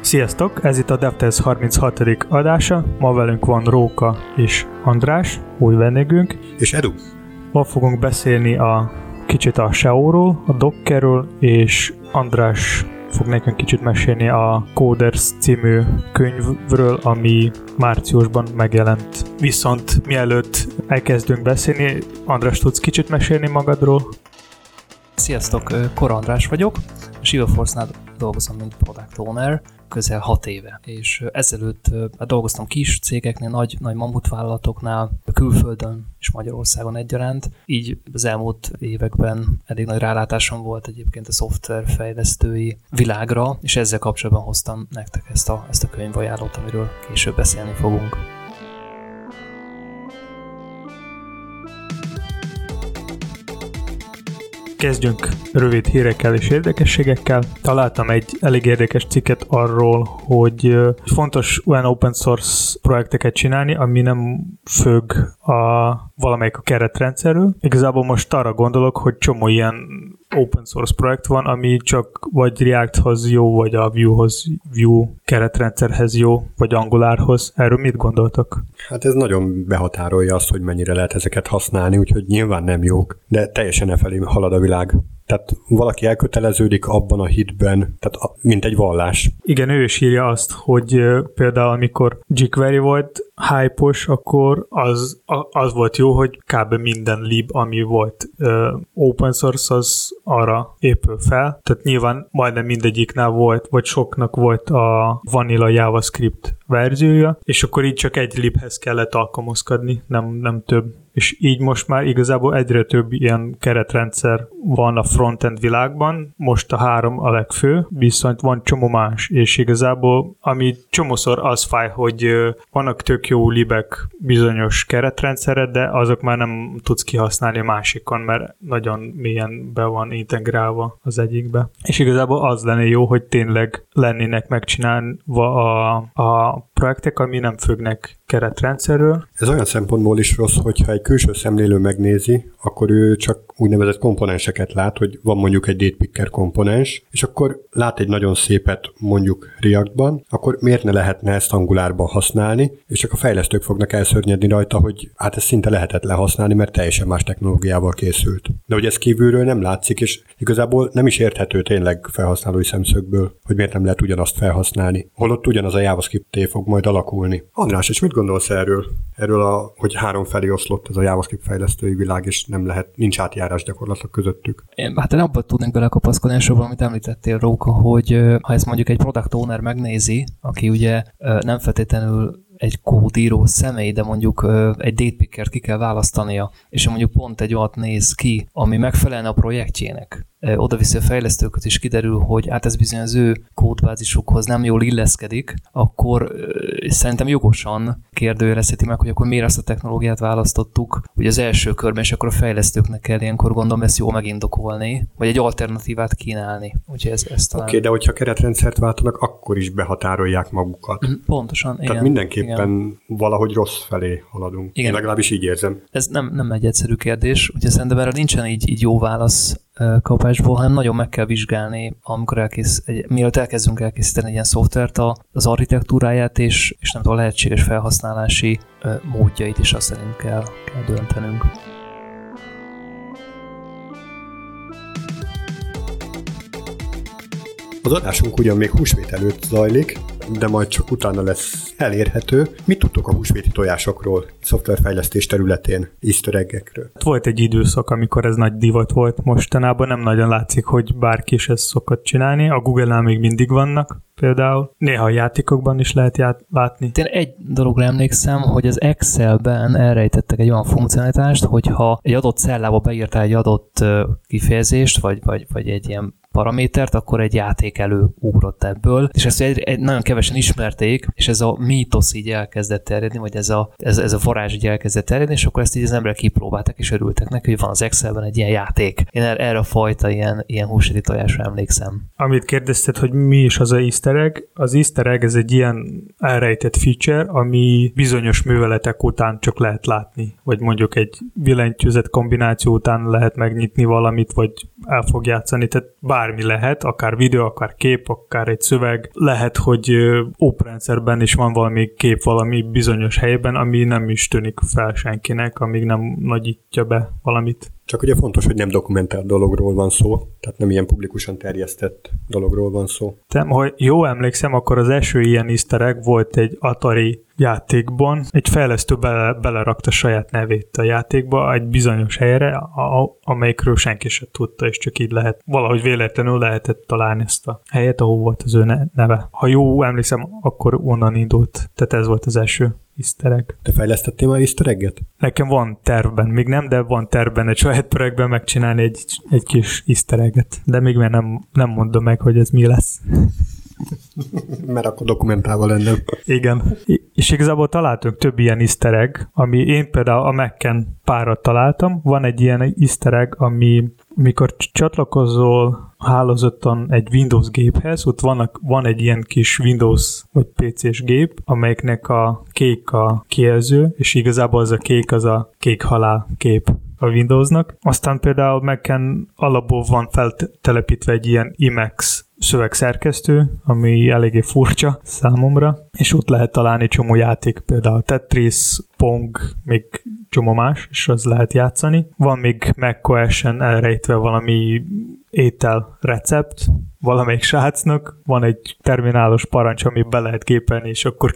Sziasztok! Ez itt a DevTales 36. adása. Ma velünk van Róka és András, új vendégünk. És Edu. Ma fogunk beszélni kicsit a SEO-ról, a Dockerről, és András fog nekünk kicsit mesélni a Coders című könyvről, ami márciusban megjelent. Viszont mielőtt elkezdünk beszélni, András, tudsz kicsit mesélni magadról? Sziasztok, Kora András vagyok, a Shivaforce-nál dolgozom, mint Product Owner, közel 6 éve, és ezelőtt dolgoztam kis cégeknél, nagy mamutvállalatoknál, külföldön és Magyarországon egyaránt, így az elmúlt években elég nagy rálátásom volt egyébként a szoftverfejlesztői világra, és ezzel kapcsolatban hoztam nektek ezt a könyvajánlót, amiről később beszélni fogunk. Kezdjünk rövid hírekkel és érdekességekkel. Találtam egy elég érdekes cikket arról, hogy fontos olyan open source projekteket csinálni, ami nem függ valamelyik a keretrendszerről. Igazából most arra gondolok, hogy csomó ilyen open source projekt van, ami csak vagy Reacthoz jó, vagy a Vue keretrendszerhez jó, vagy Angularhoz. Erről mit gondoltak? Hát ez nagyon behatárolja azt, hogy mennyire lehet ezeket használni, úgyhogy nyilván nem jók, de teljesen felé halad a világ. Tehát valaki elköteleződik abban a hitben, tehát mint egy vallás. Igen, ő is írja azt, hogy például amikor jQuery volt hype-os, akkor az volt jó, hogy kb. Minden lib, ami volt open source, az arra épül fel. Tehát nyilván majdnem mindegyiknál volt, vagy soknak volt a vanilla JavaScript verziója, és akkor így csak egy libhez kellett alkalmazkodni, nem több. És így most már igazából egyre több ilyen keretrendszer van a frontend világban, most a 3 a legfő, viszont van csomó más, és igazából ami csomószor az fáj, hogy vannak tök jó libek bizonyos keretrendszered, de azok már nem tudsz kihasználni a másikon, mert nagyon mélyen be van integrálva az egyikbe. És igazából az lenne jó, hogy tényleg lennének megcsinálva a projektek, ami nem függnek keretrendszerről. Ez olyan szempontból is rossz, hogyha egy külső szemlélő megnézi, akkor ő csak úgynevezett komponenseket lát, hogy van mondjuk egy datepicker komponens, és akkor lát egy nagyon szépet mondjuk Reactban, akkor miért ne lehetne ezt Angularban használni, és csak a fejlesztők fognak elszörnyedni rajta, hogy hát ez szinte lehetetlen használni, mert teljesen más technológiával készült. De hogy ez kívülről nem látszik, és igazából nem is érthető tényleg felhasználói szemszögből, hogy miért nem lehet ugyanazt felhasználni. Holott ugyanaz a JavaScript fog majd alakulni. András, és mit gondolsz erről? Hogy 3 felé oszlott ez a JavaScript fejlesztői világ, és nincs átjárás gyakorlatilag közöttük. Hát én abban tudnék belekapaszkodni, és valamit említettél, Róka, hogy ha ezt mondjuk egy product owner megnézi, aki ugye nem feltétlenül egy kódíró személy, de mondjuk egy datepickert ki kell választania, és mondjuk pont egy olyat néz ki, ami megfelelne a projektjének, oda-viszi a fejlesztőket, és kiderül, hogy hát ez bizony az ő kódbázisukhoz nem jól illeszkedik, akkor szerintem jogosan kérdőjelezheti meg, hogy akkor miért azt a technológiát választottuk, hogy az első körben, és akkor a fejlesztőknek kell ilyenkor gondolom ezt jól megindokolni, vagy egy alternatívát kínálni. Úgyhogy ez talán... Oké, de hogyha keretrendszert váltanak, akkor is behatárolják magukat. Pontosan, igen. Tehát mindenképpen valahogy rossz felé haladunk. Igen. Én legalábbis így érzem. Ez nem egy egyszerű kérdés, úgyhogy szerintem erre nincsen így jó válasz kapásból, hanem nagyon meg kell vizsgálni, amikor mielőtt elkezdünk elkészíteni egy ilyen szoftvert, az architektúráját és nem tudom, a lehetséges felhasználási módjait is azt szerint kell döntenünk. Az adásunk ugyan még húsvét előtt zajlik, de majd csak utána lesz elérhető. Mit tudtok a húsvéti tojásokról, szoftverfejlesztés területén, easter egg-ekről? Volt egy időszak, amikor ez nagy divat volt, mostanában nem nagyon látszik, hogy bárki is ezt szokott csinálni. A Google-nál még mindig vannak például. Néha a játékokban is lehet látni. Én egy dologra emlékszem, hogy az Excelben elrejtettek egy olyan funkcionalitást, hogyha egy adott cellába beírtál egy adott kifejezést, vagy egy ilyen paramétert, akkor egy játék előugrott ebből, és ezt nagyon kevesen ismerték, és ez a mítosz így elkezdett terjedni, vagy ez a varázs így elkezdett terjedni, és akkor ezt így az emberek kipróbálták, és örültek neki, hogy van az Excelben egy ilyen játék. Én erre a fajta ilyen húsvéti tojásra emlékszem. Amit kérdezted, hogy mi is az easter egg, az easter egg ez egy ilyen elrejtett feature, ami bizonyos műveletek után csak lehet látni, vagy mondjuk egy billentyűzet kombináció után lehet megnyitni valamit, vagy el fog játszani, tehát bármi lehet, akár videó, akár kép, akár egy szöveg. Lehet, hogy oprendszerben is van valami kép valami bizonyos helyben, ami nem is tűnik fel senkinek, amíg nem nagyítja be valamit. Csak ugye fontos, hogy nem dokumentált dologról van szó, tehát nem ilyen publikusan terjesztett dologról van szó. Ha jól emlékszem, akkor az első ilyen easter egg volt egy Atari játékban. Egy fejlesztő belerakta saját nevét a játékba egy bizonyos helyre, amelyikről senki sem tudta, és csak így lehet, valahogy véletlenül lehetett találni ezt a helyet, ahol volt az ő neve. Ha jól emlékszem, akkor onnan indult. Tehát ez volt az első easter egg. Te fejlesztettél már easter egget? Nekem van tervben, még nem, de van tervben egy saját projektben megcsinálni egy kis easter egget. De még nem mondom meg, hogy ez mi lesz. Mert akkor dokumentálva lenne. Igen. És igazából találtunk több ilyen easter egg, ami én például a Mac-en párat találtam. Van egy ilyen easter egg, amikor csatlakozol hálózaton egy Windows géphez, ott van egy ilyen kis Windows vagy PC-s gép, amelyiknek a kék a kijelző, és igazából az a kék halál kép a Windowsnak. Aztán például Mac-en alapból van feltelepítve egy ilyen Emacs szövegszerkesztő, ami eléggé furcsa számomra, és ott lehet találni csomó játék, például Tetris, Pong, még csomó más, és az lehet játszani. Van még macOS-en elrejtve valami étel recept, valamelyik srácnak, van egy terminálos parancs, ami be lehet gépelni, és akkor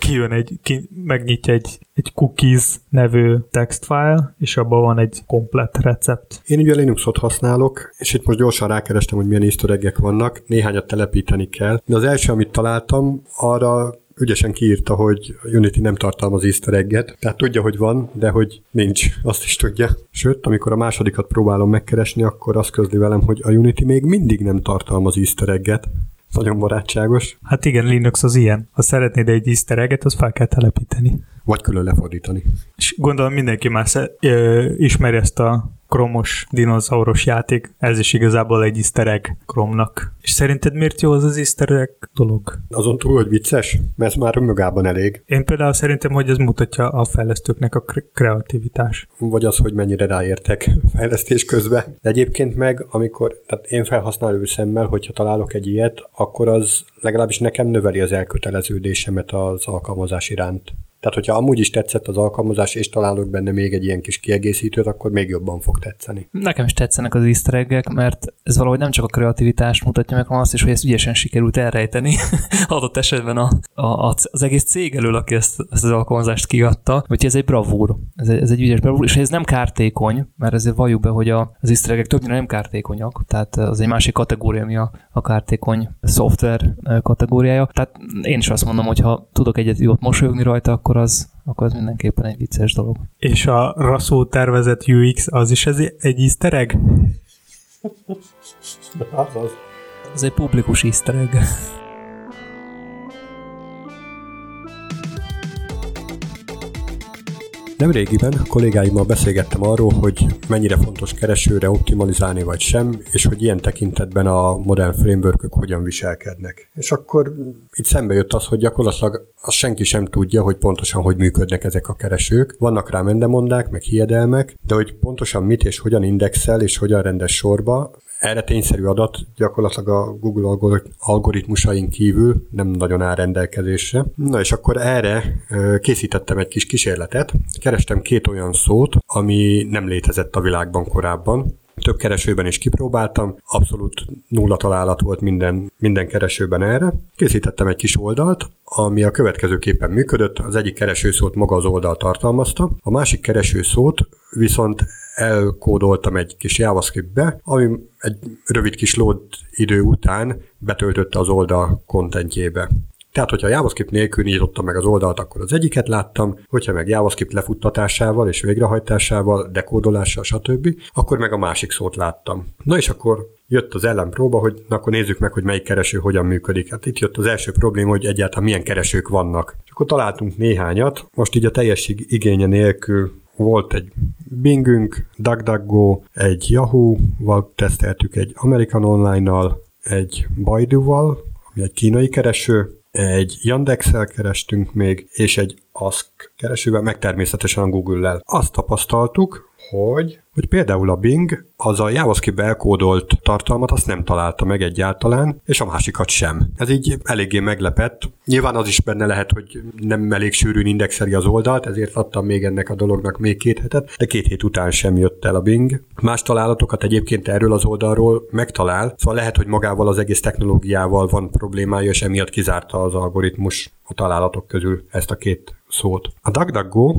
megnyitja egy cookies nevű textfile, és abban van egy komplett recept. Én ugye Linuxot használok, és itt most gyorsan rákerestem, hogy milyen easter egg-ek vannak, néhányat telepíteni kell. De az első, amit találtam, arra ügyesen kiírta, hogy Unity nem tartalmaz easter egget, tehát tudja, hogy van, de hogy nincs, azt is tudja. Sőt, amikor a másodikat próbálom megkeresni, akkor azt közli velem, hogy a Unity még mindig nem tartalmaz easter egget. Nagyon barátságos. Hát igen, Linux az ilyen. Ha szeretnéd egy easter egget, azt fel kell telepíteni. Vagy külön lefordítani. És gondolom mindenki már ismeri ezt a Chrome-os dinozauros játék. Ez is igazából egy easter egg Chrome-nak. És szerinted miért jó az easter egg dolog? Azon túl, hogy vicces, mert ez már önmagában elég. Én például szerintem, hogy ez mutatja a fejlesztőknek a kreativitás. Vagy az, hogy mennyire ráértek fejlesztés közben. De egyébként meg, tehát én felhasználó szemmel, hogyha találok egy ilyet, akkor az legalábbis nekem növeli az elköteleződésemet az alkalmazás iránt. Tehát, hogyha amúgy is tetszett az alkalmazás, és találok benne még egy ilyen kis kiegészítőt, akkor még jobban fog tetszeni. Nekem is tetszenek az easter egg-ek, mert ez valahogy nem csak a kreativitást mutatja meg, hanem azt is, hogy ezt ügyesen sikerült elrejteni. Adott esetben az egész cég elől, aki ezt az alkalmazást kiadta, úgyhogy ez egy bravúr. Ez egy ügyes bravúr, és ez nem kártékony, mert ezért valljuk be, hogy az easter egg-ek többnyire nem kártékonyak, tehát az egy másik kategória, ami a kártékony szoftver kategóriája. Tehát én is azt mondom, hogy ha tudok egyet jót mosolyogni rajta, akkor az mindenképpen egy vicces dolog. És a rasszul tervezett UX az is egy easter egg? Ez egy publikus easter egg. Nemrégiben a kollégáimmal beszélgettem arról, hogy mennyire fontos keresőre optimalizálni vagy sem, és hogy ilyen tekintetben a modern frameworkök hogyan viselkednek. És akkor itt szembe jött az, hogy gyakorlatilag azt senki sem tudja, hogy pontosan hogy működnek ezek a keresők. Vannak rá mendemondák, meg hiedelmek, de hogy pontosan mit és hogyan indexel és hogyan rendes sorba, erre tényszerű adat gyakorlatilag a Google algoritmusain kívül nem nagyon áll rendelkezésre. Na és akkor erre készítettem egy kis kísérletet. Kerestem 2 olyan szót, ami nem létezett a világban korábban. Több keresőben is kipróbáltam, abszolút nulla találat volt minden keresőben erre. Készítettem egy kis oldalt, ami a következőképpen működött. Az egyik keresőszót maga az oldal tartalmazta, a másik keresőszót viszont elkódoltam egy kis JavaScriptbe, ami egy rövid kis load idő után betöltötte az oldal contentjébe. Tehát, hogyha JavaScript nélkül nyitottam meg az oldalt, akkor az egyiket láttam, hogyha meg JavaScript lefuttatásával és végrehajtásával, dekódolással, stb., akkor meg a másik szót láttam. Na és akkor jött az ellenpróba, hogy na akkor nézzük meg, hogy melyik kereső hogyan működik. Hát itt jött az első probléma, hogy egyáltalán milyen keresők vannak. És akkor találtunk néhányat, most így a teljesség igénye nélkül volt egy Bingünk, DuckDuckGo, egy Yahoo-val teszteltük, egy American Online-nal, egy Baidu-val, ami egy kínai kereső, egy Yandex-el kerestünk még, és egy Ask keresővel, meg természetesen a Google-lel. Azt tapasztaltuk, hogy hogy például a Bing az a JavaScript-be elkódolt tartalmat azt nem találta meg egyáltalán, és a másikat sem. Ez így eléggé meglepett. Nyilván az is benne lehet, hogy nem elég sűrűn indexeli az oldalt, ezért adtam még ennek a dolognak még 2 hetet, de 2 hét után sem jött el a Bing. Más találatokat egyébként erről az oldalról megtalál, szóval lehet, hogy magával az egész technológiával van problémája, és emiatt kizárta az algoritmus a találatok közül ezt a 2 szót. A DuckDuckGo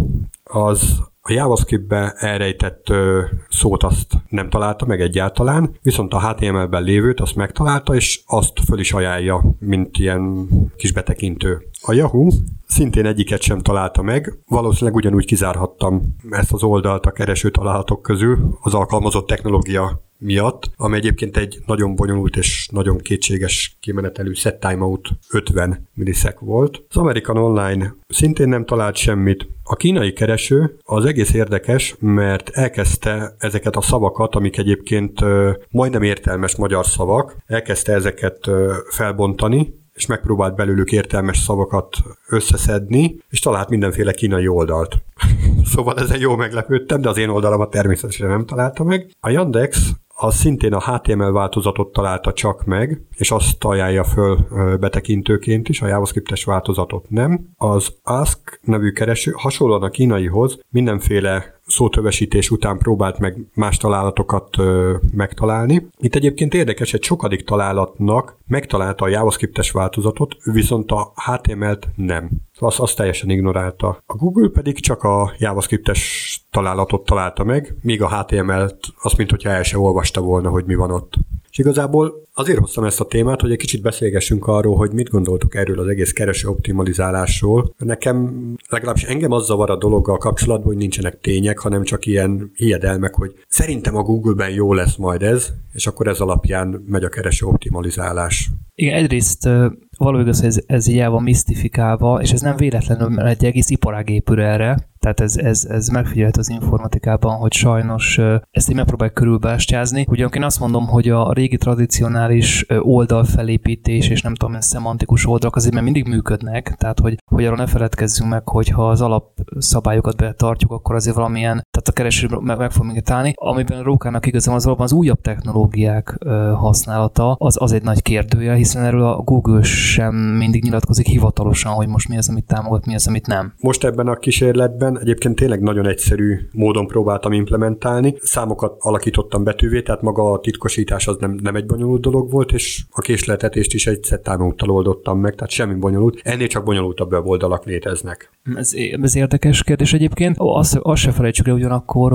az a JavaScript-be elrejtett szót azt nem találta meg egyáltalán, viszont a HTML-ben lévőt azt megtalálta, és azt föl is ajánlja, mint ilyen kis betekintő. A Yahoo szintén egyiket sem találta meg, valószínűleg ugyanúgy kizárhattam ezt az oldalt a kereső találatok közül az alkalmazott technológia miatt, ami egyébként egy nagyon bonyolult és nagyon kétséges kimenetelű set timeout 50 millisekund volt. Az American Online szintén nem talált semmit. A kínai kereső az egész érdekes, mert elkezdte ezeket a szavakat, amik egyébként majdnem értelmes magyar szavak, elkezdte ezeket felbontani, és megpróbált belőlük értelmes szavakat összeszedni, és talált mindenféle kínai oldalt. Szóval ezen jól meglepődtem, de az én oldalamat természetesen nem találta meg. A Yandex az szintén a HTML változatot találta csak meg, és azt ajánlja föl betekintőként is, a JavaScript-es változatot nem. Az Ask nevű kereső hasonlóan a kínaihoz mindenféle szótövesítés után próbált meg más találatokat megtalálni. Itt egyébként érdekes, egy sokadik találatnak megtalálta a JavaScript-es változatot, viszont a HTML-t nem. Szóval azt teljesen ignorálta. A Google pedig csak a JavaScript-es találatot találta meg, míg a HTML-t azt, mintha el se olvasta volna, hogy mi van ott. És igazából azért hoztam ezt a témát, hogy egy kicsit beszélgessünk arról, hogy mit gondoltok erről az egész kereső optimalizálásról. Nekem, legalábbis engem az zavar a dologgal kapcsolatban, hogy nincsenek tények, hanem csak ilyen hiedelmek, hogy szerintem a Google-ben jó lesz majd ez, és akkor ez alapján megy a kereső optimalizálás. Igen, egyrészt valójában ez így el van misztifikálva, és ez nem véletlenül, mert egy egész iparág épül erre, tehát ez megfigyelhető az informatikában, hogy sajnos ezt így megpróbálják körülbástyázni. Ugyanakkor én azt mondom, hogy a régi tradicionális oldalfelépítés és nem tudom, szemantikus oldalak azért már mindig működnek, tehát hogy arról ne feledkezzünk meg, hogy ha az alapszabályokat betartjuk, akkor azért valamilyen, tehát a kereső meg fog minket állni. Amiben Rókának igazán az valóban az újabb technológiák használata, az egy nagy kérdőjel, hiszen erről a Google sem mindig nyilatkozik hivatalosan, hogy most mi az, amit támogat, mi az, amit nem. Most ebben a kísérletben egyébként tényleg nagyon egyszerű módon próbáltam implementálni. Számokat alakítottam betűvé, tehát maga a titkosítás az nem egy bonyolult dolog volt, és a késleltetést is egy set timeouttal oldottam meg, tehát semmi bonyolult. Ennél csak bonyolultabb weboldalak léteznek. Ez érdekes kérdés egyébként. Azt se felejtsük el ugyanakkor,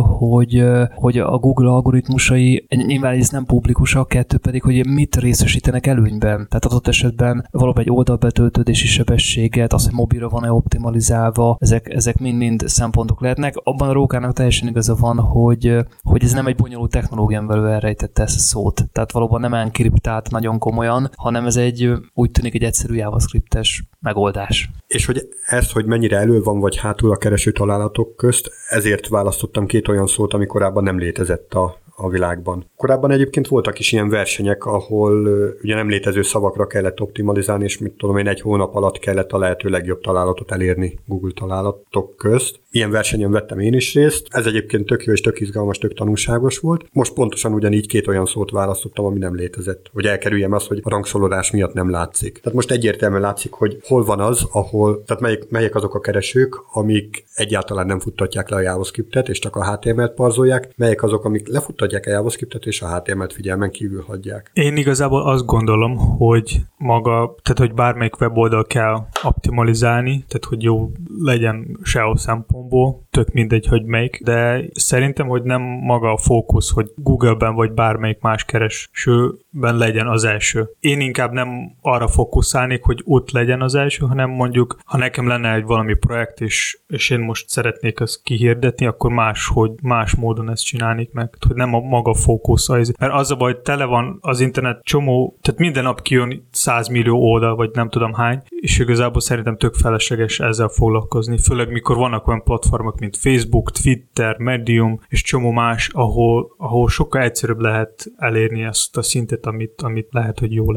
hogy a Google algoritmusai nyilván ez nem publikusak, 2 pedig, hogy mit részesítenek előnyben. Tehát adott esetben valóban egy oldalbetöltődési sebességet, az, hogy mobilra van-e optimalizálva, ezek mind szempontok lehetnek. Abban a Rókának teljesen igaza van, hogy ez nem egy bonyolult technológián belül elrejtette ezt a szót. Tehát valóban nem enkriptált nagyon komolyan, hanem ez úgy tűnik egy egyszerű JavaScript-es megoldás. És hogy ez, hogy mennyire elő van vagy hátul a kereső találatok közt, ezért választottam 2 olyan szót, ami korábban nem létezett a világban. Korábban egyébként voltak is ilyen versenyek, ahol ugye nem létező szavakra kellett optimalizálni, és mit tudom én, 1 hónap alatt kellett a lehető legjobb találatot elérni Google találatok közt. Ilyen versenyen vettem én is részt. Ez egyébként tök jó és tök izgalmas, tök tanulságos volt. Most pontosan ugyanígy 2 olyan szót választottam, ami nem létezett. Hogy elkerüljem azt, hogy a rangszolódás miatt nem látszik. Tehát most egyértelműen látszik, hogy hol van az, ahol, tehát melyek azok a keresők, amik egyáltalán nem futtatják le a JavaScriptet, és csak a HTML-t parzolják, melyek azok, amik lefuttatják a JavaScriptet, és a HTML-t figyelmen kívül hagyják. Én igazából azt gondolom, hogy tehát hogy bármelyik weboldal kell optimalizálni, tehát hogy jó legyen SEO szempontból, tök mindegy, hogy melyik, de szerintem, hogy nem maga a fókusz, hogy Google-ben vagy bármelyik más keresőben legyen az első. Én inkább nem arra fókuszálnék, hogy ott legyen az első, hanem mondjuk, ha nekem lenne egy valami projekt, és én most szeretnék ezt kihirdetni, akkor más módon ezt csinálnék meg. Hogy nem a maga fókusz. Mert az a baj, hogy tele van az internet csomó, tehát minden nap kijön 100 millió oldal, vagy nem tudom hány, és igazából szerintem tök felesleges ezzel foglalkozni. Főleg mikor vannak olyan platformok, mint Facebook, Twitter, Medium, és csomó más, ahol sokkal egyszerűbb lehet elérni ezt a szintet, amit lehet, hogy jó lesz.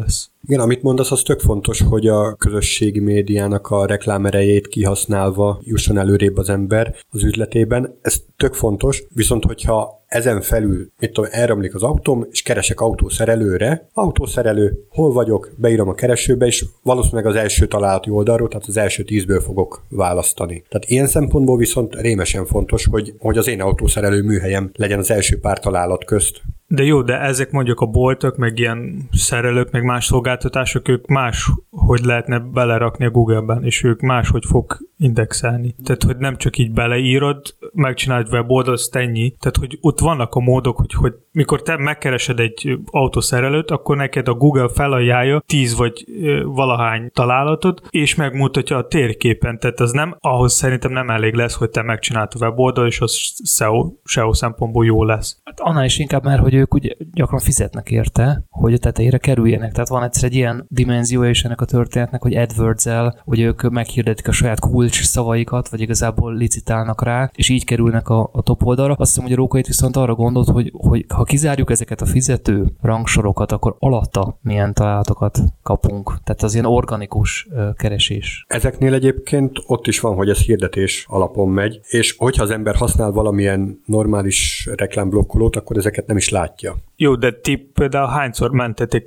Igen, amit mondasz, az tök fontos, hogy a közösségi médiának a reklámerejét kihasználva jusson előrébb az ember az üzletében. Ez tök fontos, viszont hogyha ezen felül, elromlik az autóm, és keresek autószerelőre. Autószerelő, hol vagyok, beírom a keresőbe, és valószínűleg az első találati oldalról, tehát az első 10-ből fogok választani. Tehát ilyen szempontból viszont rémesen fontos, hogy az én autószerelő műhelyem legyen az első pár találat közt. De jó, de ezek mondjuk a boltok, meg ilyen szerelők, meg más szolgáltatások, ők más, hogy lehetne belerakni a Google-ben, és ők máshogy fog indexelni. Tehát, hogy nem csak így beleírod, megcsinálod weboldalt, azt ennyi. Tehát, hogy ott vannak a módok, hogy mikor te megkeresed egy autószerelőt, akkor neked a Google felajánlja 10 vagy valahány találatot, és megmutatja a térképen. Tehát az nem, ahhoz szerintem nem elég lesz, hogy te megcsinálod a weboldalt, és az SEO szempontból jó lesz. Hát annál is inkább már, hogy ők ugye gyakran fizetnek érte, hogy a tetejére kerüljenek. Tehát van egyszer egy ilyen dimenziója is ennek a történetnek, hogy AdWords-el, hogy ők meghirdetik a saját kulcs szavaikat, vagy igazából licitálnak rá, és így kerülnek a top oldalra. Azt hiszem, hogy a Róka itt viszont arra gondolt, hogy ha kizárjuk ezeket a fizető rangsorokat, akkor alatta milyen találatokat kapunk. Tehát az ilyen organikus keresés. Ezeknél egyébként ott is van, hogy ez hirdetés alapon megy, és hogyha az ember használ valamilyen normális reklámblokkolót, akkor ezeket nem is látja. Jó, de ti például hányszor mentetek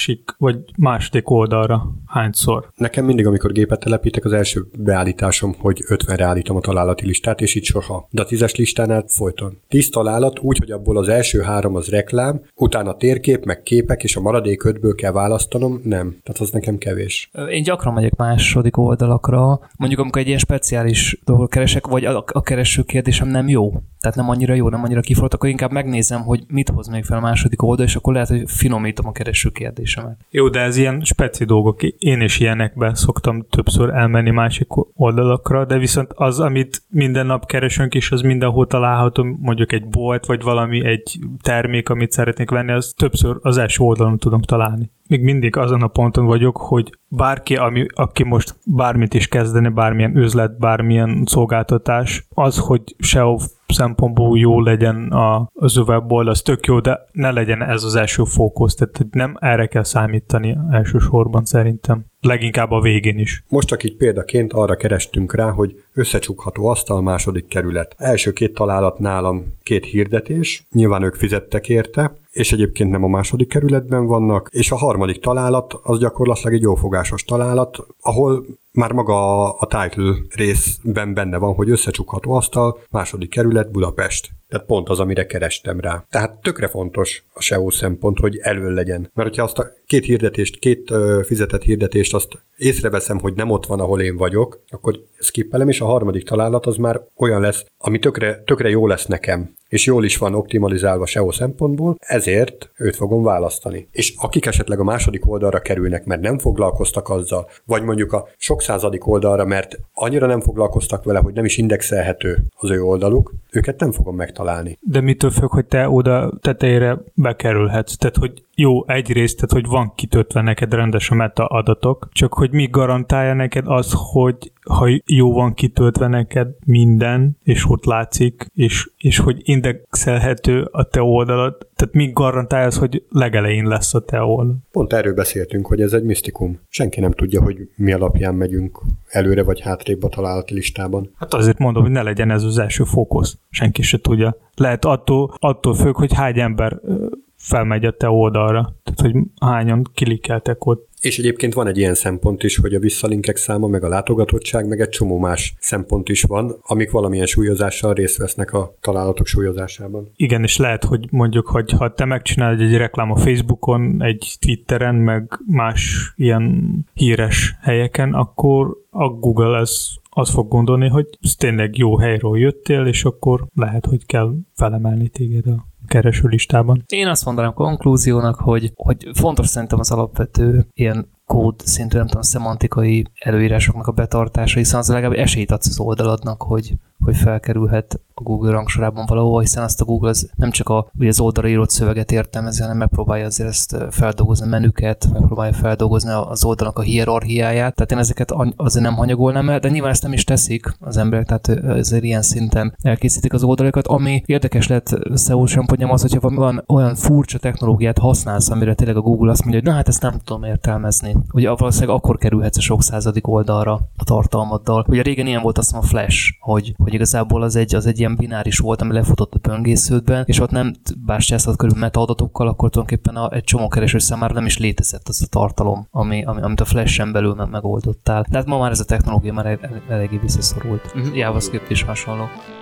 második oldalra? Hányszor? Nekem mindig, amikor gépet telepítek, az első beállításom, hogy 50-re állítom a találati listát, és így soha. De a 10-es listánál folyton. 10 találat úgy, hogy abból az első 3 az reklám, utána térkép, meg képek, és a maradék 5-ből kell választanom, nem. Tehát az nekem kevés. Én gyakran megyek második oldalakra, mondjuk amikor egy ilyen speciális dolgot keresek, vagy a kereső kérdésem nem jó. Tehát nem annyira jó, nem annyira kiforrott, akkor inkább megnézem, hogy mit hoz még fel a második oldal, és akkor lehet, hogy finomítom a kereső kérdésemet. Jó, de ez ilyen speci dolgok. Én is ilyenekben szoktam többször elmenni másik oldalakra, de viszont az, amit minden nap keresünk, és az mindenhol található, mondjuk egy bolt, vagy valami, egy termék, amit szeretnék venni, az többször az első oldalon tudom találni. Még mindig azon a ponton vagyok, hogy bárki, aki most bármit is kezdene, bármilyen üzlet, bármilyen szolgáltatás, az, hogy SEO szempontból jó legyen az weboldal, az tök jó, de ne legyen ez az első fókusz, tehát nem erre kell számítani elsősorban szerintem. Leginkább a végén is. Most csak így példaként arra kerestünk rá, hogy összecsukható asztal, második kerület. Első 2 találat nálam 2 hirdetés, nyilván ők fizettek érte, és egyébként nem a második kerületben vannak, és a harmadik találat az gyakorlatilag egy jófogásos találat, ahol már maga a title részben benne van, hogy összecsukható asztal, második kerület, Budapest. Tehát pont az, amire kerestem rá. Tehát tökre fontos a SEO szempont, hogy elől legyen. Mert hogyha azt a 2 hirdetést, 2 fizetett hirdetést, azt észreveszem, hogy nem ott van, ahol én vagyok, akkor skippelem, és a harmadik találat az már olyan lesz, ami tökre jó lesz nekem, és jól is van optimalizálva SEO szempontból, ezért őt fogom választani. És akik esetleg a második oldalra kerülnek, mert nem foglalkoztak azzal, vagy mondjuk a sok századik oldalra, mert annyira nem foglalkoztak vele, hogy nem is indexelhető az ő oldaluk, őket nem fogom megtalálni. De mitől függ, hogy te oda tetejére bekerülhetsz? Tehát, hogy jó, egyrészt, tehát, hogy van kitötve neked rendes a meta adatok, csak hogy mi garantálja neked az, hogy ha jó van kitöltve neked minden, és ott látszik, és hogy indexelhető a te oldalad, tehát mi garantálja az, hogy legelején lesz a te oldal? Pont erről beszéltünk, hogy ez egy misztikum. Senki nem tudja, hogy mi alapján megyünk előre vagy hátrébb a találati listában. Hát azért mondom, hogy ne legyen ez az első fókusz. Senki se tudja. Lehet attól függ, hogy hány ember felmegy a te oldalra. Tehát, hogy hányan klikkeltek ott. És egyébként van egy ilyen szempont is, hogy a visszalinkek száma, meg a látogatottság, meg egy csomó más szempont is van, amik valamilyen súlyozással részt vesznek a találatok súlyozásában. Igen, és lehet, hogy mondjuk, hogy ha te megcsinálod egy reklám a Facebookon, egy Twitteren, meg más ilyen híres helyeken, akkor a Google azt fog gondolni, hogy tényleg jó helyről jöttél, és akkor lehet, hogy kell felemelni téged a keresőlistában. Én azt mondanám konklúziónak, hogy fontos szerintem az alapvető ilyen kód szintű, nem tudom, szemantikai előírásoknak a betartása, hiszen az legalább esélyt adsz az oldaladnak, hogy hogy felkerülhet a Google rangsorában valahova, hiszen azt a Google nem csak ugye az oldalra írott szöveget értelmezi, hanem megpróbálja azért ezt feldolgozni, menüket, megpróbálja feldolgozni az oldalnak a hierarchiáját. Tehát én ezeket azért nem hanyagolnám el, de nyilván ezt nem is teszik az emberek, tehát ezért ilyen szinten elkészítik az oldalakat. Ami érdekes lett SEO szempontjából az, hogyha van olyan furcsa technológiát használsz, amire tényleg a Google azt mondja, hogy na hát ezt nem tudom értelmezni. Ugye valószínűleg akkor kerülhetsz a sok századik oldalra a tartalmaddal. Ugye régen ilyen volt azt mondom a Flash, hogy igazából az egy ilyen bináris volt, ami lefutott a böngésződben, és ott nem bástyázhat körül metaadatokkal, akkor tulajdonképpen egy csomó kereső számára nem is létezett az a tartalom, amit a Flash-en belül megoldottál. De hát ma már ez a technológia már eléggé visszaszorult. JavaScript is hasonló.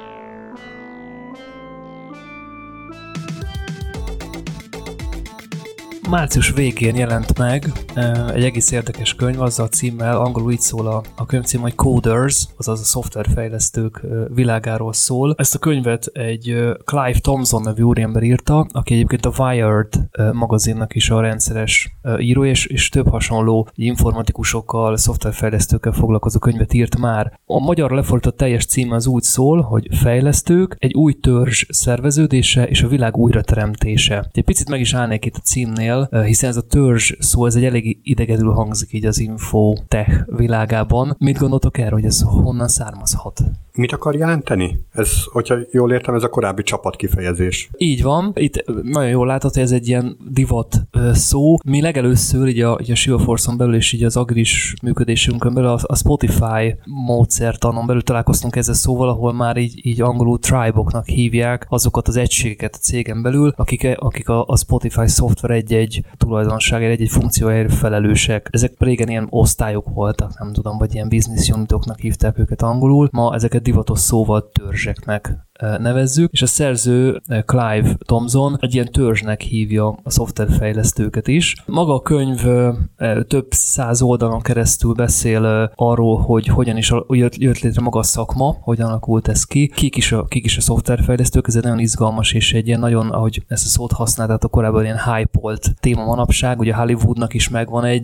Március végén jelent meg egy egész érdekes könyv, azzal a címmel, angolul így szól a könyv cím, hogy Coders, azaz a szoftverfejlesztők világáról szól. Ezt a könyvet egy Clive Thompson nevű úriember írta, aki egyébként a Wired magazinnak is a rendszeres író, és több hasonló informatikusokkal, szoftverfejlesztőkkel foglalkozó könyvet írt már. A magyarra lefordított teljes címe az úgy szól, hogy Fejlesztők, egy új törzs szerveződése és a világ újrateremtése. Egy picit meg is állnék itt a címnél, hiszen ez a törzs szó, ez egy elég idegedül hangzik így az infotech világában. Mit gondoltok erről, hogy ez honnan származhat? Mit akar jelenteni? Ez, hogyha jól értem, ez a korábbi csapatkifejezés. Így van. Itt nagyon jól látod, hogy ez egy ilyen divat szó. Mi legelőször így a Shivaforce-on belül és így az agilis működésünkön belül a Spotify módszertanon belül találkoztunk ezzel szóval, ahol már így angolul tribe-oknak hívják azokat az egységeket a cégen belül, akik a Spotify szoftver egy tulajdonságért, egy funkcióért felelősek. Ezek régen ilyen osztályok voltak, nem tudom, vagy ilyen business unitoknak hívták őket angolul. Ma ezeket divatos szóval törzseknek nevezzük, és a szerző Clive Thompson egy ilyen törzsnek hívja a szoftverfejlesztőket is. Maga a könyv több száz oldalon keresztül beszél arról, hogy hogyan is jött létre maga a szakma, hogyan alakult ez ki, kik is a szoftverfejlesztők, ez egy nagyon izgalmas és egy ilyen nagyon, ahogy ezt a szót használtátok korábban, ilyen hype-olt téma manapság, ugye Hollywoodnak is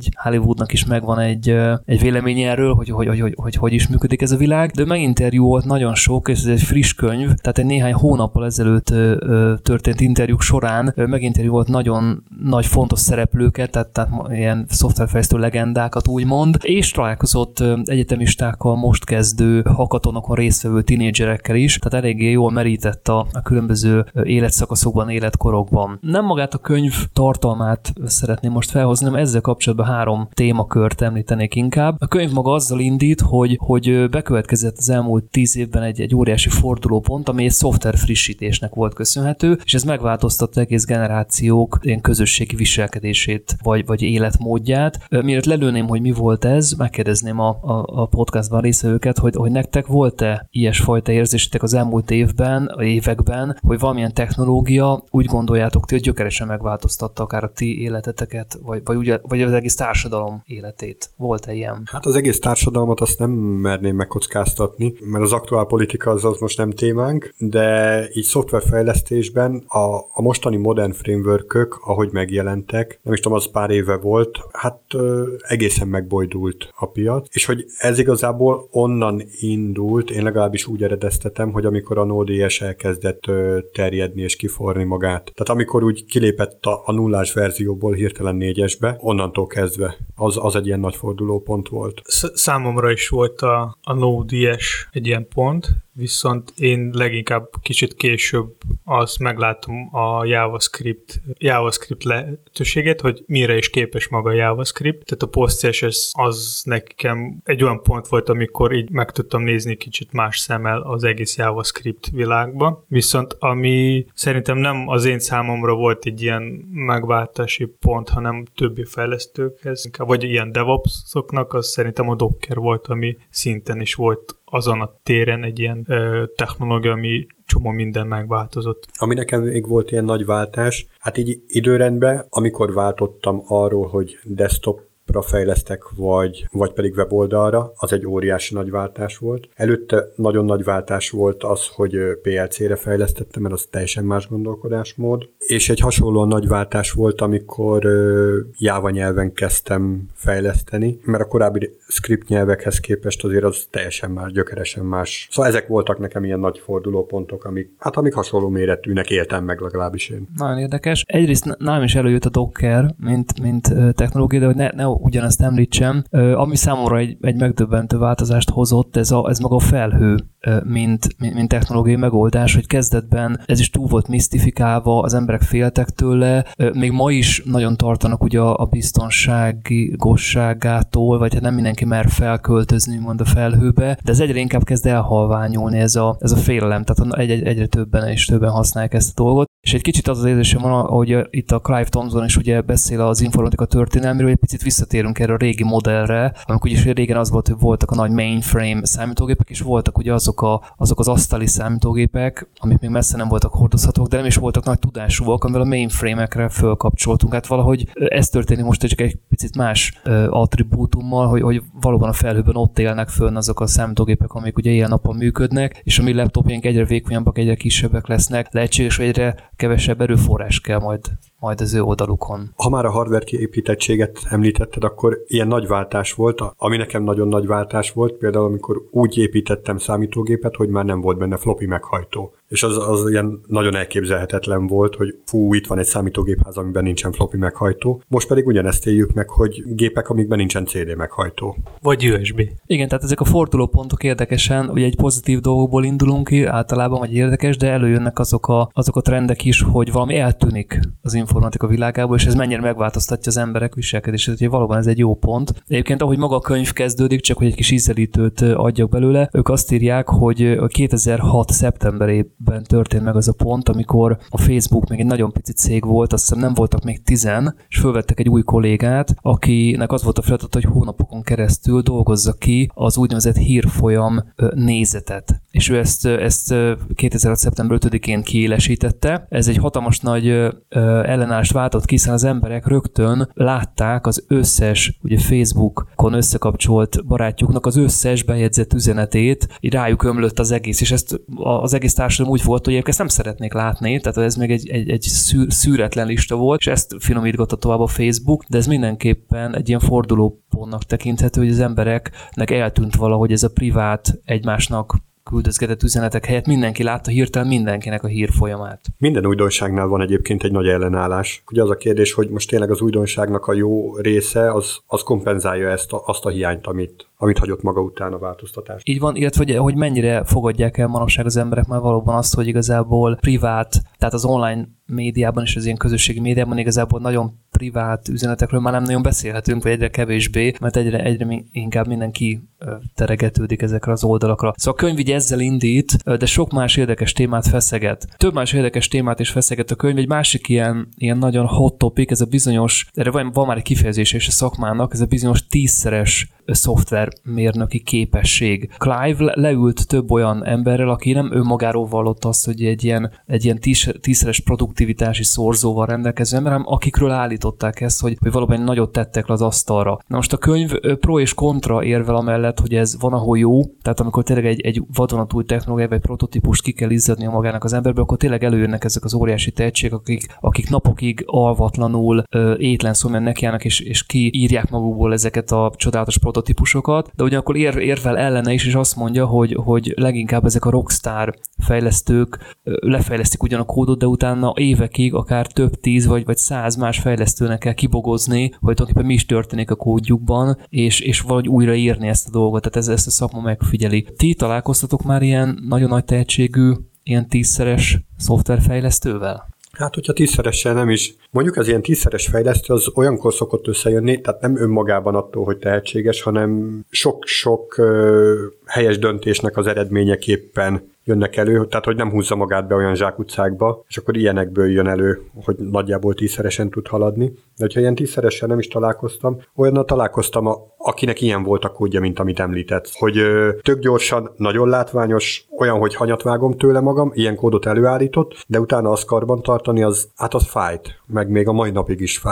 megvan egy véleménye erről, hogy is működik ez a világ, de meginterjú volt nagyon sok, és ez egy friss könyv, tehát egy néhány hónappal ezelőtt történt interjúk során meginterjú volt nagyon nagy fontos szereplőket, tehát ilyen szoftverfejlesztő legendákat úgymond, és találkozott egyetemistákkal, most kezdő hackathonokon résztvevő tinédzserekkel is, tehát eléggé jól merített a különböző életszakaszokban, életkorokban. Nem magát a könyv tartalmát szeretném most felhozni, hanem ezzel kapcsolatban 3 témakört említenék inkább. A könyv maga azzal indít, hogy bekövetkezett az elmúlt 10 évben egy óriási fordulópont, ami egy szoftver frissítésnek volt köszönhető, és ez megváltoztatta egész generációk ilyen közösségi viselkedését, vagy életmódját. Mielőtt lelőném, hogy mi volt ez, megkérdezném a podcastban résztvevőket, hogy nektek volt-e ilyesfajta érzésetek az elmúlt években, hogy valamilyen technológia úgy gondoljátok ti, hogy gyökeresen megváltoztatta akár a ti életeteket, vagy az egész társadalom életét. Volt-e ilyen? Hát az egész társadalmat azt nem merném megkockáztatni, mert az aktuál politika az most nem témánk, de így szoftverfejlesztésben a mostani modern frameworkök, ahogy megjelentek, nem is tudom, az pár éve volt, hát egészen megbojdult a piac, és hogy ez igazából onnan indult, én legalábbis úgy eredeztetem, hogy amikor a Node.js elkezdett terjedni és kiforni magát. Tehát amikor úgy kilépett a nullás verzióból hirtelen 4-esbe, onnantól kezdve az egy ilyen nagy fordulópont volt. Számomra is volt a Node.js egy ilyen pont, viszont én leginkább kicsit később azt meglátom a JavaScript lehetőséget, hogy mire is képes maga a JavaScript. Tehát a PostCSS az nekem egy olyan pont volt, amikor így meg tudtam nézni kicsit más szemmel az egész JavaScript világba. Viszont ami szerintem nem az én számomra volt egy ilyen megváltási pont, hanem többi fejlesztőkhez, vagy ilyen DevOps-oknak, az szerintem a Docker volt, ami szinten is volt azon a téren egy ilyen technológia, ami csomó minden megváltozott. Ami nekem még volt ilyen nagy váltás, hát így időrendben, amikor váltottam arról, hogy desktop fejlesztek, vagy pedig weboldalra, az egy óriási nagy váltás volt. Előtte nagyon nagy váltás volt az, hogy PLC-re fejlesztettem, mert az teljesen más gondolkodásmód. És egy hasonlóan nagy váltás volt, amikor Java nyelven kezdtem fejleszteni, mert a korábbi script nyelvekhez képest azért az teljesen más, gyökeresen más. Szóval ezek voltak nekem ilyen nagy fordulópontok, amik hasonló méretűnek éltem meg legalábbis én. Nagyon érdekes. Egyrészt nálam is előjött a Docker, mint technológia, de hogy ne ugyanezt említsem. Ami számomra egy megdöbbentő változást hozott, ez maga a felhő, mint technológiai megoldás, hogy kezdetben ez is túl volt misztifikálva, az emberek féltek tőle, még ma is nagyon tartanak ugye a biztonságosságától, vagy hát nem mindenki mer felköltözni, mond a felhőbe, de ez egyre inkább kezd elhalványulni ez a félelem, tehát egyre többen használják ezt a dolgot. És egy kicsit az érzésem van, ahogy itt a Clive Thompson is ugye beszél az informatika történelméről, egy picit visszatérünk erre a régi modellre, amikor ugye régen az volt, hogy voltak a nagy mainframe számítógépek, és voltak ugye azok az asztali számítógépek, amik még messze nem voltak hordozhatók, de nem is voltak nagy tudásúak, amivel a mainframe-ekre fölkapcsoltunk. Hát valahogy ez történik most csak egy picit más attribútummal, hogy valóban a felhőben ott élnek fönn azok a számítógépek, amik ugye éjjel-nappal működnek, és a mi laptopjaink egyre vékonyabbak, egyre kisebbek lesznek, lehetséges, hogy egyre kevesebb erőforrás kell majd az ő oldalukon. Ha már a hardware kiépítettséget említetted, akkor ilyen nagy váltás volt, ami nekem nagyon nagy váltás volt, például amikor úgy építettem számítógépet, hogy már nem volt benne floppy meghajtó. És az ilyen nagyon elképzelhetetlen volt, hogy itt van egy számítógépház, amiben nincsen floppy meghajtó. Most pedig ugyanezt éljük meg, hogy gépek, amikben nincsen CD meghajtó. Vagy USB. Igen, tehát ezek a fordulópontok érdekesen, ugye egy pozitív dolgokból indulunk ki általában, vagy érdekes, de előjönnek azok a trendek is, hogy valami eltűnik az informatika világából, és ez mennyire megváltoztatja az emberek viselkedését, hogy valóban ez egy jó pont. Egyébként, ahogy maga a könyv kezdődik, csak hogy egy kis ízelítőt adjak belőle, ők azt írják, hogy 2006. szeptemberében történt meg az a pont, amikor a Facebook még egy nagyon pici cég volt, azt hiszem nem voltak még 10, és fölvettek egy új kollégát, akinek az volt a feladat, hogy hónapokon keresztül dolgozza ki az úgynevezett hírfolyam nézetet. És ő ezt 2006. szeptember 5-én kiélesítette. Ez egy hatalmas nagy ellenállást váltott ki, hiszen az emberek rögtön látták az összes, ugye Facebookon összekapcsolt barátjuknak az összes bejegyzett üzenetét, így rájuk ömlött az egész, és ezt az egész társadalom úgy volt, hogy ezt nem szeretnék látni, tehát ez még egy szűretlen lista volt, és ezt finomítgatta tovább a Facebook, de ez mindenképpen egy ilyen fordulópontnak tekinthető, hogy az embereknek eltűnt valahogy ez a privát egymásnak küldözgetett üzenetek helyett mindenki látta hirtelen mindenkinek a hírfolyamát. Minden újdonságnál van egyébként egy nagy ellenállás. Ugye az a kérdés, hogy most tényleg az újdonságnak a jó része, az kompenzálja azt a hiányt, amit hagyott maga után a változtatás. Így van, illetve hogy mennyire fogadják el manapság az emberek már valóban azt, hogy igazából privát, tehát az online médiában és az ilyen közösségi médiában igazából nagyon privát üzenetekről már nem nagyon beszélhetünk, vagy egyre kevésbé, mert egyre inkább mindenki teregetődik ezekre az oldalakra. Szóval a könyv így ezzel indít, de sok más érdekes témát feszeget. Több más érdekes témát is feszeget a könyv. Egy másik ilyen nagyon hot topic, ez a bizonyos, erre van már egy kifejezés és a szakmának, ez a bizonyos 10-szeres szoftvermérnöki képesség. Clive leült több olyan emberrel, aki nem önmagáról vallott azt, hogy egy ilyen 10-szeres produktivitási szorzóval rendelkező ember, hanem akikről állították ezt, hogy valóban nagyot tettek le az asztalra. Na most a könyv pro és kontra érvel amellett, hogy ez van, ahol jó, tehát amikor tényleg egy vadonatúj technológia vagy prototípust ki kell izzadnia magának az emberbe, akkor tényleg előjönnek ezek az óriási tehetségek, akik napokig alvatlanul étlen szomjan nekiállnak, és kiírják magukból ezeket a csodálatos prototípusokat, de ugyanakkor érvel ellene is, és azt mondja, hogy leginkább ezek a rockstar fejlesztők lefejlesztik ugyan a kódot, de utána évekig akár több 10 vagy 100 más fejlesztőnek kell kibogozni, hogy tulajdonképpen mi is történik a kódjukban, és valahogy újraírni ezt a dolgot, tehát ezt a szakma megfigyeli. Ti találkoztatok már ilyen nagyon nagy tehetségű, ilyen 10-szeres szoftverfejlesztővel? Hát, hogyha 10-szeressel nem is. Mondjuk az ilyen 10-szeres fejlesztő az olyankor szokott összejönni, tehát nem önmagában attól, hogy tehetséges, hanem sok-sok helyes döntésnek az eredményeképpen jönnek elő, tehát hogy nem húzza magát be olyan zsákutcákba, és akkor ilyenekből jön elő, hogy nagyjából 10-szeresen tud haladni. De hogyha ilyen 10-szeressel nem is találkoztam, olyannal találkoztam, akinek ilyen volt a kódja, mint amit említett. Hogy tök gyorsan, nagyon látványos, olyan, hogy hanyat vágom tőle magam, ilyen kódot előállított, de utána azt karban tartani, az fájt, meg még a mai napig is fáj.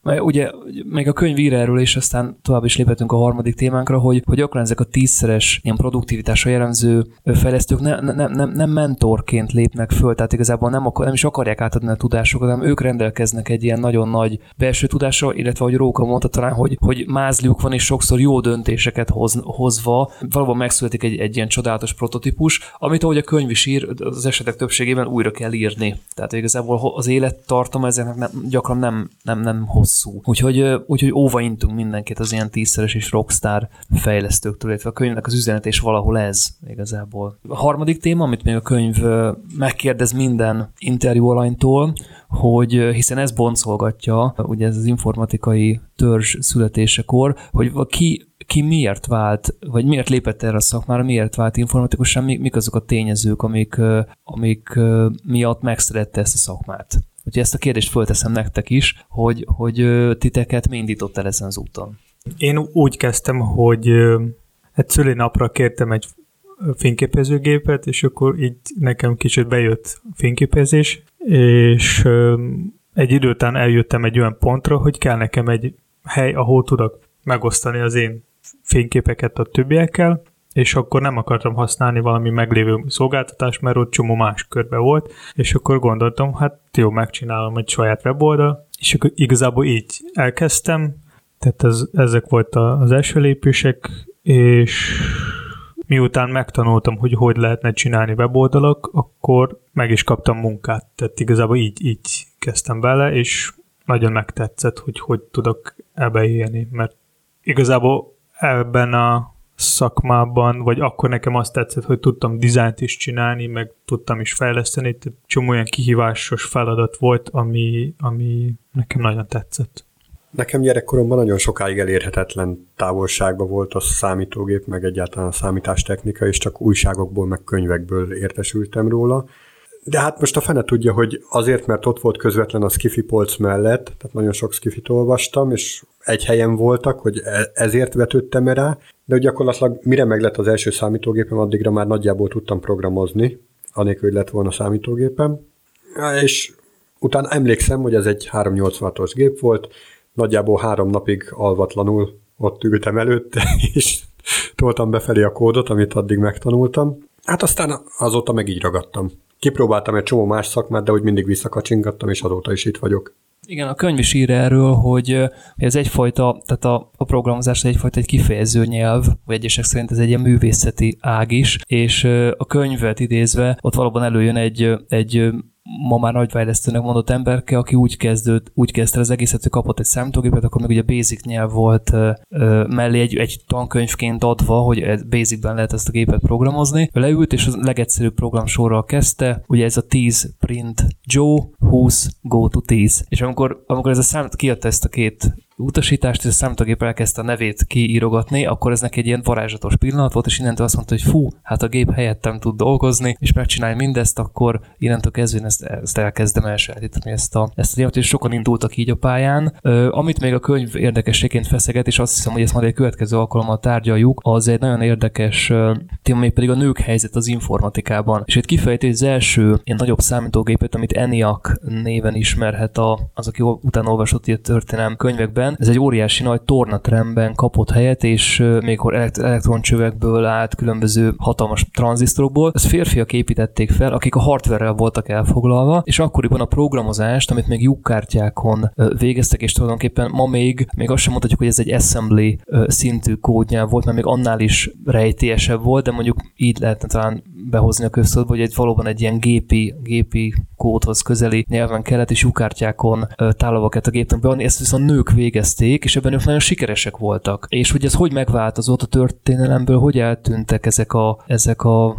Ugye még a könyv ír erről, és aztán tovább is léphetünk a harmadik témánkra, hogy gyakran ezek a 10-szeres ilyen produktivitásra jellemző fejlesztők nem mentorként lépnek föl, tehát igazából nem is akarják átadni a tudásokat, hanem ők rendelkeznek egy ilyen nagyon nagy belső tudással, illetve ahogy Róka mondta talán, hogy mázliuk van, és sokszor jó döntéseket hozva valóban megszületik egy ilyen csodálatos prototípus, amit ahogy a könyv is ír, az esetek többségében újra kell írni. Tehát igazából az élettartama ezeknek gyakran nem hosszú. Úgyhogy óvaintunk mindenkit az ilyen 10-szeres és rockstar fejlesztőktől, illetve a könyvnek az üzenet és valahol ez igazából. A harmadik téma, amit még a könyv megkérdez minden interjú alanytól, hogy hiszen ez boncolgatja, ugye ez az informatikai törzs születésekor, hogy ki miért vált, vagy miért lépett erre a szakmára, miért vált informatikusan, mik azok a tényezők, amik miatt megszerette ezt a szakmát. Úgyhogy ezt a kérdést fölteszem nektek is, hogy titeket mi indított el ezen az úton? Én úgy kezdtem, hogy egy szülinapra kértem egy fényképezőgépet, és akkor így nekem kicsit bejött a fényképezés, és egy idő után eljöttem egy olyan pontra, hogy kell nekem egy hely, ahol tudok megosztani az én fényképeket a többiekkel, és akkor nem akartam használni valami meglévő szolgáltatást, mert ott csomó más körbe volt, és akkor gondoltam, hát jó, megcsinálom egy saját weboldal, és akkor igazából így elkezdtem, tehát ezek volt az első lépések, és miután megtanultam, hogy lehetne csinálni weboldalak, akkor meg is kaptam munkát, tehát igazából így kezdtem bele, és nagyon megtetszett, hogy tudok ebbe élni, mert igazából ebben a szakmában, vagy akkor nekem azt tetszett, hogy tudtam dizájnt is csinálni, meg tudtam is fejleszteni, tehát csomó olyan kihívásos feladat volt, ami nekem nagyon tetszett. Nekem gyerekkoromban nagyon sokáig elérhetetlen távolságban volt a számítógép, meg egyáltalán a számítástechnika, és csak újságokból, meg könyvekből értesültem róla. De hát most a fene tudja, hogy azért, mert ott volt közvetlen a skifi polc mellett, tehát nagyon sok skifit olvastam, és egy helyen voltak, hogy ezért vetődtem rá, de gyakorlatilag mire meglett az első számítógépem, addigra már nagyjából tudtam programozni, anélkül, hogy lett volna számítógépem. És utána emlékszem, hogy ez egy 386-os gép volt, nagyjából 3 napig alvatlanul ott ültem előtte, és toltam befelé a kódot, amit addig megtanultam. Hát aztán azóta meg így ragadtam. Kipróbáltam egy csomó más szakmát, de úgy mindig visszakacsingattam, és azóta is itt vagyok. Igen, a könyv is ír erről, hogy ez egyfajta, tehát a programozás egyfajta egy kifejező nyelv, vagy egyesek szerint ez egy ilyen művészeti ág is, és a könyvet idézve ott valóban előjön egy ma már nagyfejlesztőnek mondott emberke, aki úgy kezdte az egészet, hogy kapott egy számítógépet, akkor meg ugye Basic nyelv volt mellé egy tankönyvként adva, hogy Basicben lehet ezt a gépet programozni. Leült, és a legegyszerűbb programsorral kezdte, ugye ez a 10 print Joe, 20 go to 10. És amikor ez a számít kiadta ezt a két utasítást, és a számítógép elkezdte a nevét kiírogatni, akkor ez neki egy ilyen varázslatos pillanat volt, és innentől azt mondta, hogy fú, hát a gép helyettem tud dolgozni, és megcsinálj mindezt, akkor innentől kezdve ezt elkezdem elsajátítani ezt a témát, és sokan indultak így a pályán. Amit még a könyv érdekességként feszeget, és azt hiszem, hogy ezt majd egy következő alkalommal tárgyaljuk, az egy nagyon érdekes téma, még pedig a nők helyzet az informatikában. És itt kifejti az első ilyen nagyobb számítógépet, amit ENIAC néven ismerhet az, aki utána olvasott a történelem könyvekben. Ez egy óriási nagy tornatrendben kapott helyet, és még elektroncsövekből állt, különböző hatalmas tranzisztorokból. Ezt férfiak építették fel, akik a hardware-rel voltak elfoglalva, és akkoriban a programozást, amit még lyukkártyákon végeztek, és tulajdonképpen ma még azt sem mondhatjuk, hogy ez egy assembly szintű kódnyelv volt, mert még annál is rejtélyesebb volt, de mondjuk így lehetne talán behozni a köztudatba, hogy valóban egy ilyen gépi kódhoz közeli nyelven kellett, és lyukkártyákon tálalva kellett a gépnek beadni. Ezt viszont nők végezték, és ebben ők nagyon sikeresek voltak. És hogy ez hogy megváltozott a történelemből, hogy eltűntek ezek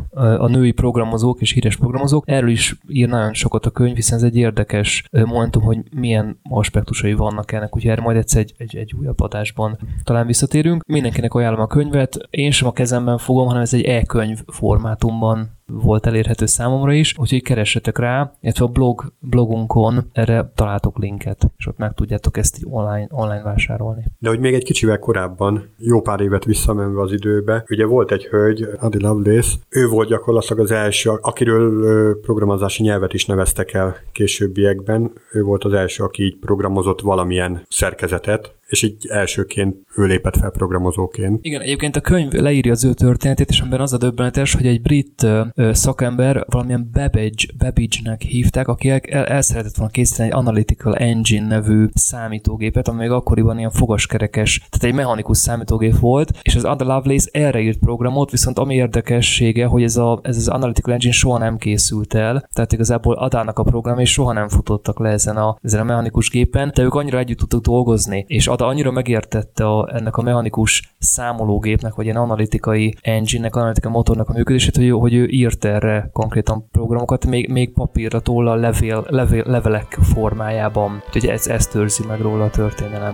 a női programozók és híres programozók. Erről is ír nagyon sokat a könyv, hiszen ez egy érdekes momentum, hogy milyen aspektusai vannak ennek, úgyhogy erre majd egyszer egy újabb adásban talán visszatérünk. Mindenkinek ajánlom a könyvet, én sem a kezemben fogom, hanem ez egy e-könyv formátumban volt elérhető számomra is, úgyhogy keressetek rá, illetve a blogunkon erre találtok linket, és ott meg tudjátok ezt így online vásárolni. De hogy még egy kicsivel korábban, jó pár évet visszamenve az időbe, ugye volt egy hölgy, Adi Lovelace, ő volt gyakorlatilag az első, akiről programozási nyelvet is neveztek el későbbiekben, ő volt az első, aki így programozott valamilyen szerkezetet, és így elsőként ő lépett fel programozóként. Igen, egyébként a könyv leírja az ő történetét, és amiben az a döbbenetes, hogy egy brit szakember valamilyen Babbage-nek hívták, aki el szeretett volna készíteni egy Analytical Engine nevű számítógépet, ami még akkoriban ilyen fogaskerekes, tehát egy mechanikus számítógép volt, és az Ada Lovelace erre írt programot, viszont ami érdekessége, hogy ez az Analytical Engine soha nem készült el, tehát igazából Adának a program, és soha nem futottak le ezen a mechanikus gépen, de ők annyira együtt tudtak dolgozni, és Ada annyira megértette ennek a mechanikus számológépnek, vagy ilyen analitikai engine-nek, analitikai motornak a működését, hogy ő írt erre konkrétan programokat, még papírra, tollal, levelek formájában. Úgyhogy ezt őrzi meg róla a történelem.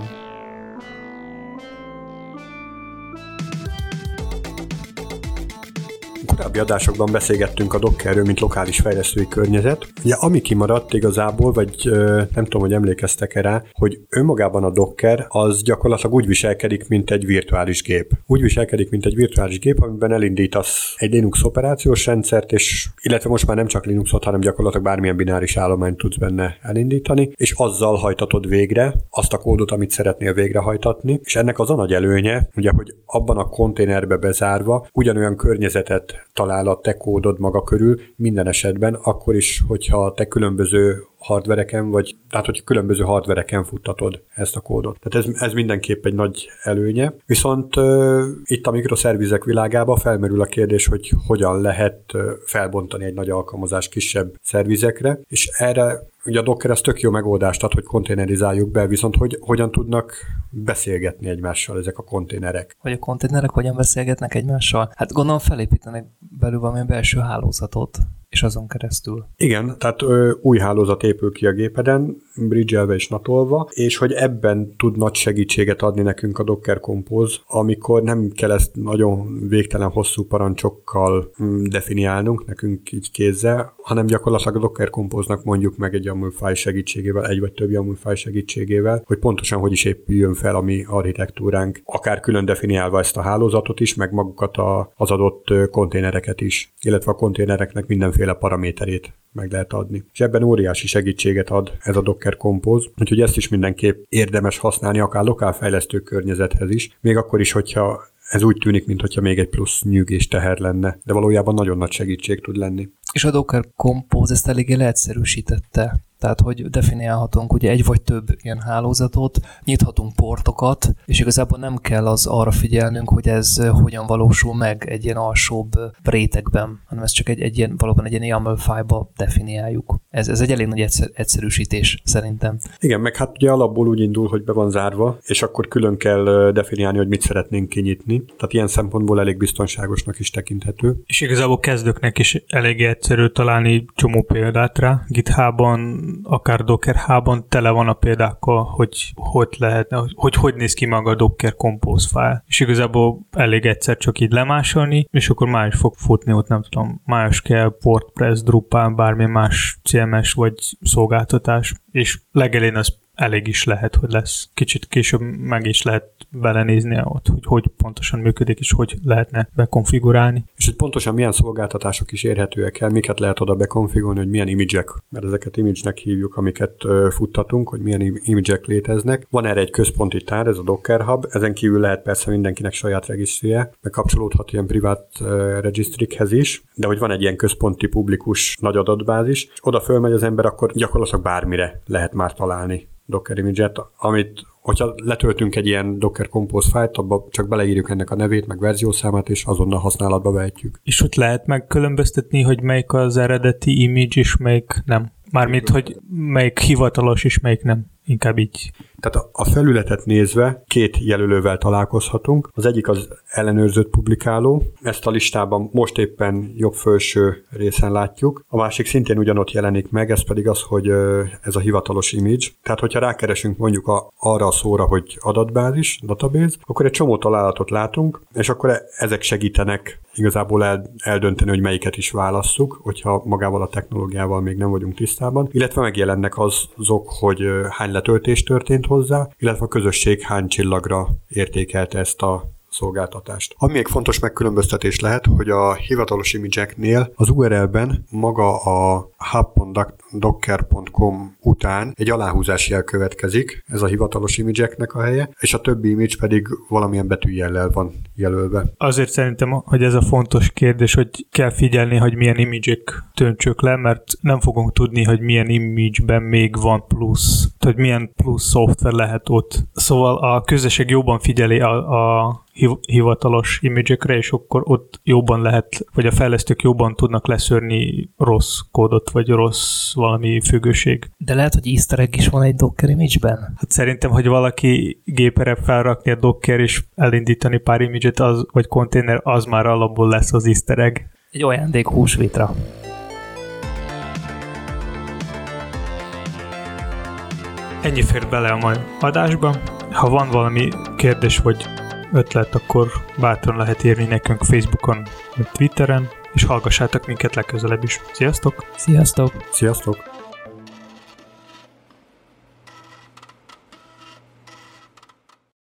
Korábbi adásokban beszélgettünk a Dockerről, mint lokális fejlesztői környezet. Ugye ami kimaradt igazából, vagy nem tudom, hogy emlékeztek rá, hogy önmagában a Docker az gyakorlatilag úgy viselkedik, mint egy virtuális gép. Úgy viselkedik, mint egy virtuális gép, amiben elindítasz egy Linux operációs rendszert, és illetve most már nem csak Linuxot, hanem gyakorlatilag bármilyen bináris állományt tudsz benne elindítani, és azzal hajtatod végre azt a kódot, amit szeretnél végrehajtatni. És ennek az a nagy előnye, ugye, hogy abban a konténerbe bezárva ugyanolyan környezetet talál a te kódod maga körül minden esetben, akkor is, hogyha te különböző hardvereken, tehát hogy különböző hardvereken futtatod ezt a kódot. Tehát ez mindenképp egy nagy előnye. Viszont itt a mikroszervizek világában felmerül a kérdés, hogy hogyan lehet felbontani egy nagy alkalmazás kisebb szervizekre, és erre ugye a Docker ez tök jó megoldást ad, hogy konténerizáljuk be, viszont hogyan tudnak beszélgetni egymással ezek a konténerek? Hogy a konténerek hogyan beszélgetnek egymással? Hát gondolom felépítenek belül valamilyen belső hálózatot, és azon keresztül. Igen, tehát új hálózat épül ki a gépeden, bridge-elve és natolva, és hogy ebben tud nagy segítséget adni nekünk a Docker Compose, amikor nem kell ezt nagyon végtelen hosszú parancsokkal definiálnunk nekünk így kézzel, hanem gyakorlatilag a Docker Compose-nak mondjuk meg egy YAML file segítségével, egy vagy több YAML file segítségével, hogy pontosan hogy is épüljön fel a mi architektúránk, akár külön definiálva ezt a hálózatot is, meg magukat az adott konténereket is, illetve a konténereknek mindenféle paraméterét meg lehet adni. És ebben óriási segítséget ad ez a Docker Compose, úgyhogy ezt is mindenképp érdemes használni, akár lokálfejlesztő környezethez is, még akkor is, hogyha ez úgy tűnik, mintha még egy plusz nyűgés teher lenne, de valójában nagyon nagy segítség tud lenni. És a Docker Compose ezt eléggé leegyszerűsítette. Tehát, hogy definiálhatunk ugye egy vagy több ilyen hálózatot, nyithatunk portokat, és igazából nem kell arra figyelnünk, hogy ez hogyan valósul meg egy ilyen alsóbb rétegben, hanem ez csak valóban egy ilyen YAML file-ba definiáljuk. Ez egy elég nagy egyszerűsítés szerintem. Igen, meg hát ugye alapból úgy indul, hogy be van zárva, és akkor külön kell definiálni, hogy mit szeretnénk kinyitni. Tehát ilyen szempontból elég biztonságosnak is tekinthető. És igazából kezdőknek is elég egyszerű találni csomó példát rá. GitHub-on, akár Docker Hub-on tele van a példákkal, hogy lehetne, hogy néz ki maga a Docker Compose file. És igazából elég egyszer csak így lemásolni, és akkor már is fog futni ott, nem tudom, MySQL, WordPress, Drupal, bármi más CMS vagy szolgáltatás. És legelén az elég is lehet, hogy lesz. Kicsit később meg is lehet belenézni ott, hogy pontosan működik, és hogy lehetne bekonfigurálni. És hogy pontosan milyen szolgáltatások is érhetőek el, miket lehet oda bekonfigurálni, hogy milyen image-ek, mert ezeket image-nek hívjuk, amiket futtatunk, hogy milyen image-ek léteznek. Van erre egy központi tár, ez a Docker Hub, ezen kívül lehet persze mindenkinek saját regisztrie, meg kapcsolódhat ilyen privát regisztrikhez is, de hogy van egy ilyen központi publikus nagy adatbázis, és oda fölmegy az ember, akkor gyakorlatilag bármire lehet már találni Docker image-et, amit, hogyha letöltünk egy ilyen Docker Compose fájlt, abba csak beleírjuk ennek a nevét, meg verziószámát, és azonnal használatba vehetjük. És ott lehet megkülönböztetni, hogy melyik az eredeti image, és melyik nem. Mármint, hogy melyik hivatalos, és melyik nem. inkább így. Tehát a felületet nézve 2 jelölővel találkozhatunk. Az egyik az ellenőrzött publikáló. Ezt a listában most éppen jobb felső részen látjuk. A másik szintén ugyanott jelenik meg, ez pedig az, hogy ez a hivatalos image. Tehát, hogyha rákeresünk mondjuk arra a szóra, hogy adatbázis, database, akkor egy csomó találatot látunk, és akkor ezek segítenek igazából eldönteni, hogy melyiket is válasszuk, hogyha magával a technológiával még nem vagyunk tisztában, illetve megjelennek azok, hogy hány letöltés történt hozzá, illetve a közösség hány csillagra értékelte ezt a szolgáltatást. Ami még fontos megkülönböztetés lehet, hogy a hivatalos image-eknél az URL-ben maga a hub.docker.com után egy aláhúzás jel következik, ez a hivatalos image-eknek a helye, és a többi image pedig valamilyen betűjellel van jelölve. Azért szerintem, hogy ez a fontos kérdés, hogy kell figyelni, hogy milyen image-ek töntsök le, mert nem fogunk tudni, hogy milyen image-ben még van plusz, hogy milyen plusz szoftver lehet ott. Szóval a közösség jobban figyeli a hivatalos image-ekre, és akkor ott jobban lehet, vagy a fejlesztők jobban tudnak leszűrni rossz kódot, vagy rossz valami függőség. De lehet, hogy easter egg is van egy Docker image-ben? Hát szerintem, hogy valaki gépre felrakni a Docker és elindítani pár image-et, vagy konténer, az már alapból lesz az easter egg. Egy ajándék húsvétra. Ennyi fér bele a mai adásba. Ha van valami kérdés vagy ötlet, akkor bátran lehet írni nekünk Facebookon vagy Twitteren, és hallgassátok minket legközelebb is. Sziasztok! Sziasztok! Sziasztok!